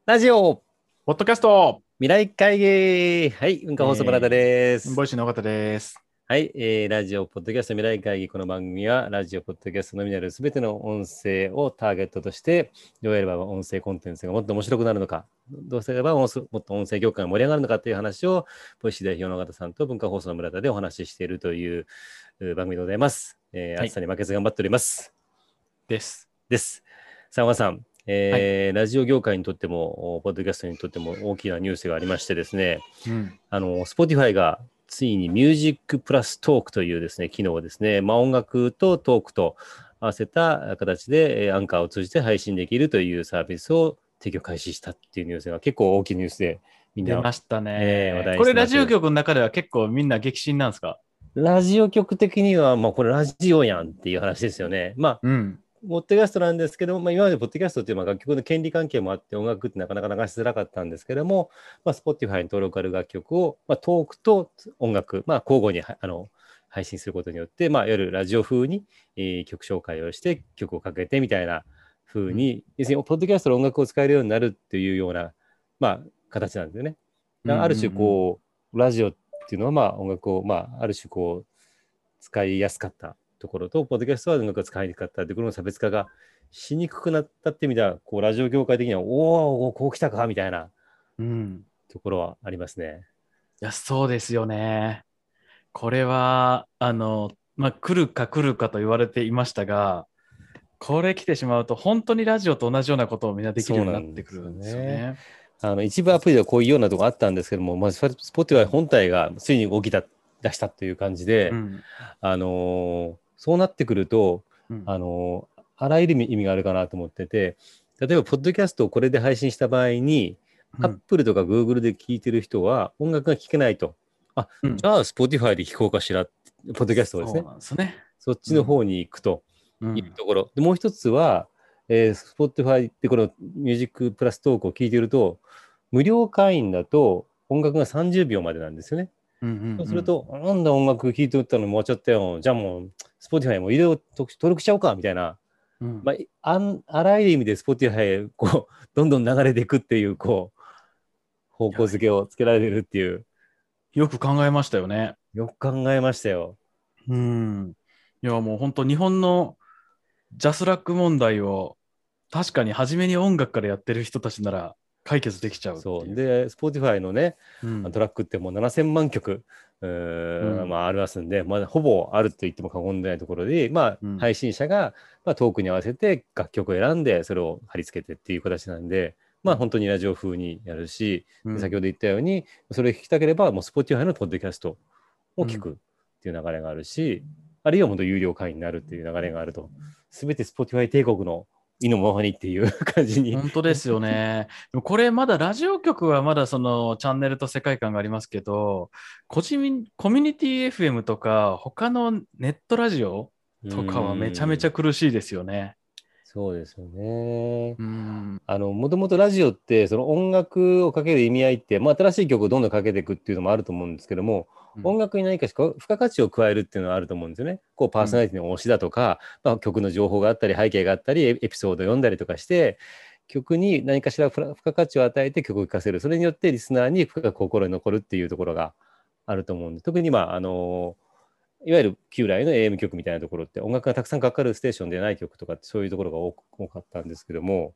ラジオポッドキャスト、 未来会議。はい、文化放送村田です。 ボイシーの尾形です。 はい、ラジオ、ポッドキャスト未来会議。この番組は、ラジオ、ポッドキャストのみなるすべての音声をターゲットとして、どうやれば音声コンテンツがもっと面白くなるのか、どうすればもっと音声業界が盛り上がるのかという話を、ボイシー代表の尾形さんと文化放送の村田でお話ししているという番組でございます。暑さに負けず頑張っております。 です。 さあ、尾形さん。ラジオ業界にとっても、ポッドキャストにとっても大きなニュースがありましてですね、Spotify がついにミュージックプラストークというですね、機能をですね、音楽とトークと合わせた形でアンカーを通じて配信できるというサービスを提供開始したっていうニュースが結構大きいニュースで、みんな、 出ましたね。 話題これにしてましたけど。 ラジオ局の中では結構みんな激震なんですか？ ラジオ局的には、これラジオやんっていう話ですよね。ポッドキャストなんですけども、今までポッドキャストっていう楽曲の権利関係もあって音楽ってなかなか流しづらかったんですけども、Spotify に登録ある楽曲を、トークと音楽、交互に配信することによって、いわゆるラジオ風に、曲紹介をして曲をかけてみたいな風に、要するにポッドキャストの音楽を使えるようになるっていうような、形なんですよね。ある種ラジオっていうのは音楽を、ある種使いやすかったところと、ポッドキャストは音楽が使いにくかったところの差別化がしにくくなったっていう意味では、ラジオ業界的には、おお、こう来たかみたいなところはありますね。 いや、そうですよね。これは、来るか来るかと言われていましたが、これ来てしまうと、本当にラジオと同じようなことをみんなできるようになってくるんですよね。 一部アプリではこういうようなところあったんですけども、Spotify 本体がついに動き出したという感じで、そうなってくると、あらゆる意味があるかなと思ってて、例えば、ポッドキャストをこれで配信した場合に、Apple とか Google で聞いてる人は音楽が聴けないと。じゃあ Spotify で聴こうかしら、ポッドキャストをですね。 そうなんですね。 そっちの方に行くというところ。でもう一つは、Spotify ってこのミュージックプラストークを聞いていると、無料会員だと音楽が30秒までなんですよね。そうすると、なんだ音楽聴いておったのに終わっちゃったよ。じゃあもう、Spotify も登録しちゃおうかみたいな。あらゆる意味で Spotify へどんどん流れていくっていう、方向づけをつけられてるっていう。 よく考えましたよね。 よく考えましたよ。 いや、もう本当日本のジャスラック問題を確かに初めに音楽からやってる人たちなら解決できちゃうっていう。 で、Spotify のね、トラックってもう7000万曲、ありますんで、ほぼあると言っても過言でないところで、配信者が、トークに合わせて楽曲を選んで、それを貼り付けてっていう形なんで、本当にラジオ風にやるし、先ほど言ったように、それを聞きたければ、もう Spotify のポッドキャストを聞くっていう流れがあるし、あるいは本当有料会員になるっていう流れがあると、すべて Spotify 帝国の意のままにっていう感じに。 本当ですよね。でもこれまだラジオ局はまだそのチャンネルと世界観がありますけど、コミュニティ FM とか他のネットラジオとかはめちゃめちゃ苦しいですよね。 そうですよね。もともとラジオって、その音楽をかける意味合いって、新しい曲をどんどんかけていくっていうのもあると思うんですけども、音楽に何かしか付加価値を加えるっていうのはあると思うんですよね。パーソナリティの推しだとか、曲の情報があったり、背景があったり、エピソードを読んだりとかして、曲に何かしら付加価値を与えて曲を聴かせる。それによってリスナーに深く心に残るっていうところがあると思うんで、特にいわゆる旧来の AM 局みたいなところって音楽がたくさんかかるステーションでない曲とかってそういうところが多かったんですけども、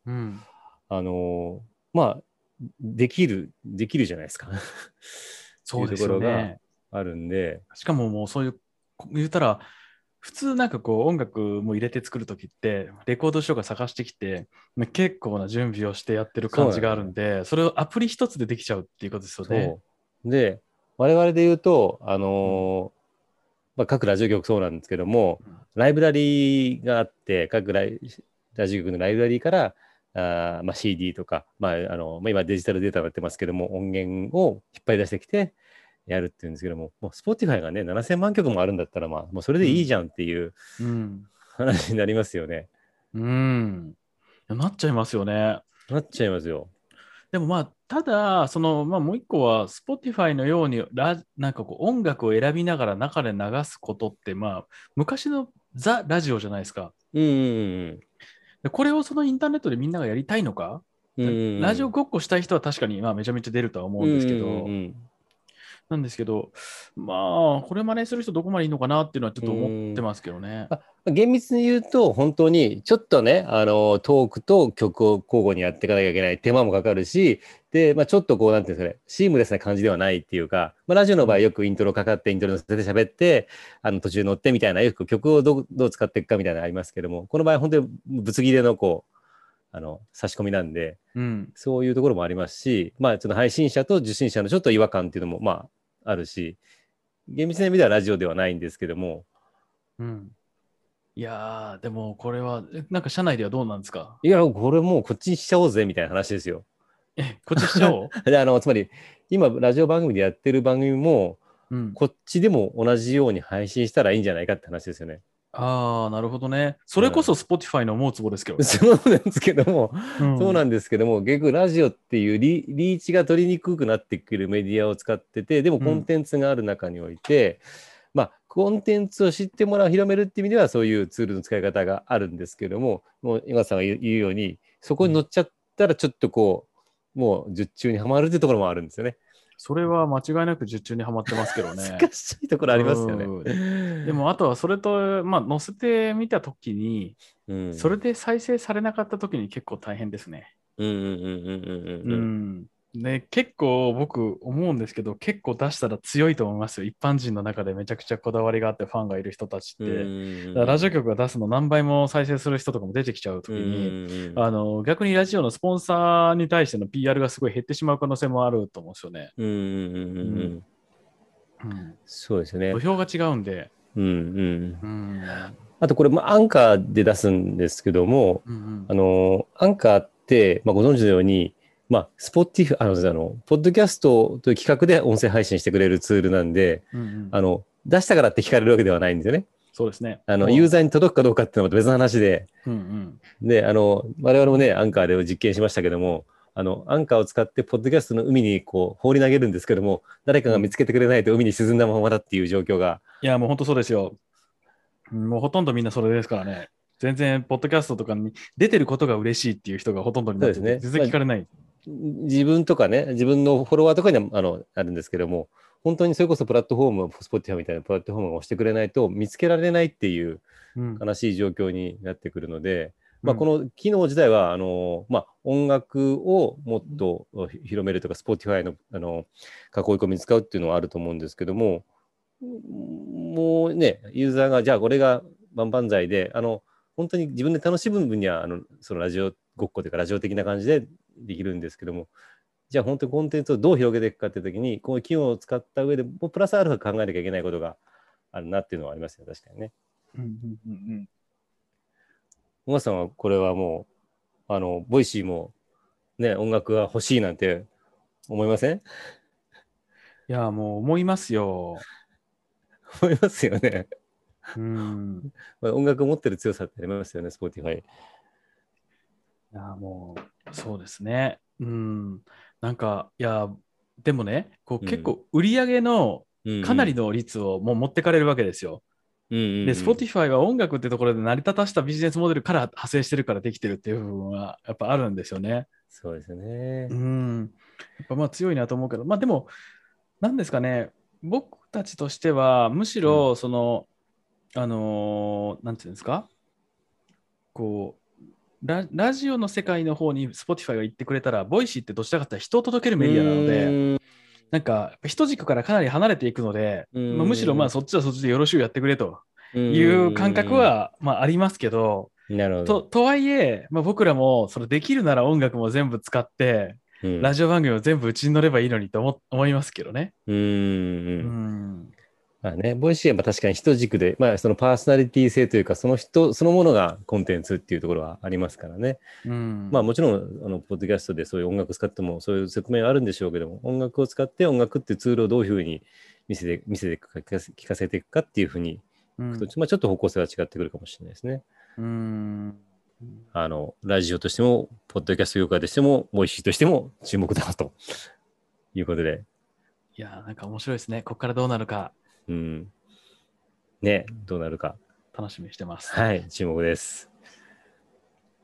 できるじゃないですかっていうところがあるんで、 しかももうそういう言ったら普通なんか音楽も入れて作るときってレコード書が探してきて結構な準備をしてやってる感じがあるんで、それをアプリ一つでできちゃうっていうことですよね。 で我々で言うと各ラジオ局そうなんですけども、ライブラリーがあって、各ラジオ局のライブラリーからCD とか、今デジタルデータになってますけども、音源を引っ張り出してきてやるっていうんですけども、もう Spotify がね、7000万曲もあるんだったら、もうそれでいいじゃんっていう話になりますよね。 なっちゃいますよね。 なっちゃいますよ。 でもただ、もう一個は、Spotify のようになんか音楽を選びながら中で流すことって、昔のザ・ラジオじゃないですか。でこれをそのインターネットでみんながやりたいのかラジオごっこしたい人は確かにまあめちゃめちゃ出るとは思うんですけど、なんですけど、まあ、これ真似する人どこまでいいのかなっていうのはちょっと思ってますけどね。 厳密に言うと、本当にちょっとね、トークと曲を交互にやっていかなきゃいけない手間もかかるし、で、ちょっとこう、なんていうんですかね、シームレスな感じではないっていうか、ラジオの場合よくイントロかかって、イントロ乗せて喋って、途中乗ってみたいな、よく曲をどう使っていくかみたいなのありますけども、この場合本当にぶつ切れのこう、差し込みなんで、そういうところもありますし、ちょっと配信者と受信者のちょっと違和感っていうのも、あるし、厳密な意味ではラジオではないんですけども。 いやー、でもこれは、なんか社内ではどうなんですか？ いや、これもうこっちにしちゃおうぜみたいな話ですよ。 こっちしちゃおうでつまり、今、ラジオ番組でやってる番組も、こっちでも同じように配信したらいいんじゃないかって話ですよね。 ああ、なるほどね。それこそ Spotify の思うツボですけどね。 そうなんですけども、そうなんですけども、結局ラジオっていうリーチが取りにくくなってくるメディアを使ってて、でもコンテンツがある中において、コンテンツを知ってもらう、広めるっていう意味では、そういうツールの使い方があるんですけども、もう今さんが言うように、そこに乗っちゃったら、ちょっとこう、もう術中にはまるっていうところもあるんですよね。 それは間違いなく術中にはまってますけどね。 難しいところありますよね。 でも、あとはそれと、載せてみたときに、それで再生されなかったときに結構大変ですね。ね、結構僕思うんですけど、結構出したら強いと思いますよ。一般人の中でめちゃくちゃこだわりがあってファンがいる人たちって。だからラジオ局が出すの何倍も再生する人とかも出てきちゃうときに、逆にラジオのスポンサーに対しての PR がすごい減ってしまう可能性もあると思うんですよね。 そうですね。 土俵が違うんで。 あとこれ、アンカーで出すんですけども、アンカーって、ご存知のように、スポティフ、ポッドキャストという企画で音声配信してくれるツールなんで、出したからって聞かれるわけではないんですよね。 そうですね。 ユーザーに届くかどうかっていうのは別の話で、で、我々もね、アンカーで実験しましたけども、アンカーを使ってポッドキャストの海にこう放り投げるんですけども、誰かが見つけてくれないと海に沈んだままだっていう状況が。 いや、もう本当そうですよ。もうほとんどみんなそれですからね。全然、ポッドキャストとかに出てることが嬉しいっていう人がほとんどになってて、全然聞かれない。 自分とかね、自分のフォロワーとかにはあるんですけども、本当にそれこそプラットフォーム、Spotify みたいなプラットフォームを押してくれないと見つけられないっていう悲しい状況になってくるので、この機能自体は音楽をもっと広めるとか、Spotify の囲い込みに使うっていうのはあると思うんですけども、もうね、ユーザーが、じゃあこれが万々歳で、本当に自分で楽しむ分には、そのラジオごっこというか、ラジオ的な感じでできるんですけども、じゃあ本当にコンテンツをどう広げていくかっていうときに、こういう機能を使った上で、もうプラスアルファ考えなきゃいけないことがあるなっていうのはありますよ、確かにね。小川さんはこれはもう、ボイシーもね、音楽が欲しいなんて思いません？ いや、もう思いますよ。 思いますよね。音楽を持ってる強さってありますよね、Spotify。 いや、もう、そうですね。なんか、いや、でもね、結構売り上げのかなりの率をもう持ってかれるわけですよ。で、Spotify は音楽ってところで成り立たしたビジネスモデルから派生してるからできてるっていう部分はやっぱあるんですよね。 そうですね。 やっぱ強いなと思うけど、でも、なんですかね、僕たちとしては、むしろ、なんていうんですか、ラジオの世界の方に Spotify が行ってくれたら、ボイシーってどちらかというと人を届けるメディアなので、なんか、人軸からかなり離れていくので、むしろそっちはそっちでよろしゅうやってくれという感覚はありますけど、とはいえ、僕らもそれできるなら音楽も全部使って、ラジオ番組を全部うちに乗ればいいのにと思いますけどね。 ボイシーは確かに人軸で、そのパーソナリティ性というか、その人そのものがコンテンツっていうところはありますからね。もちろん、ポッドキャストでそういう音楽使っても、そういう側面はあるんでしょうけども、音楽を使って音楽っていうツールをどういうふうに見せて聞かせていくかっていうふうに、ちょっと方向性は違ってくるかもしれないですね。ラジオとしても、ポッドキャスト業界としても、ボイシーとしても注目だなということで。 いや、なんか面白いですね。ここからどうなるか。 ね、どうなるか。 楽しみにしてます。 はい、注目です。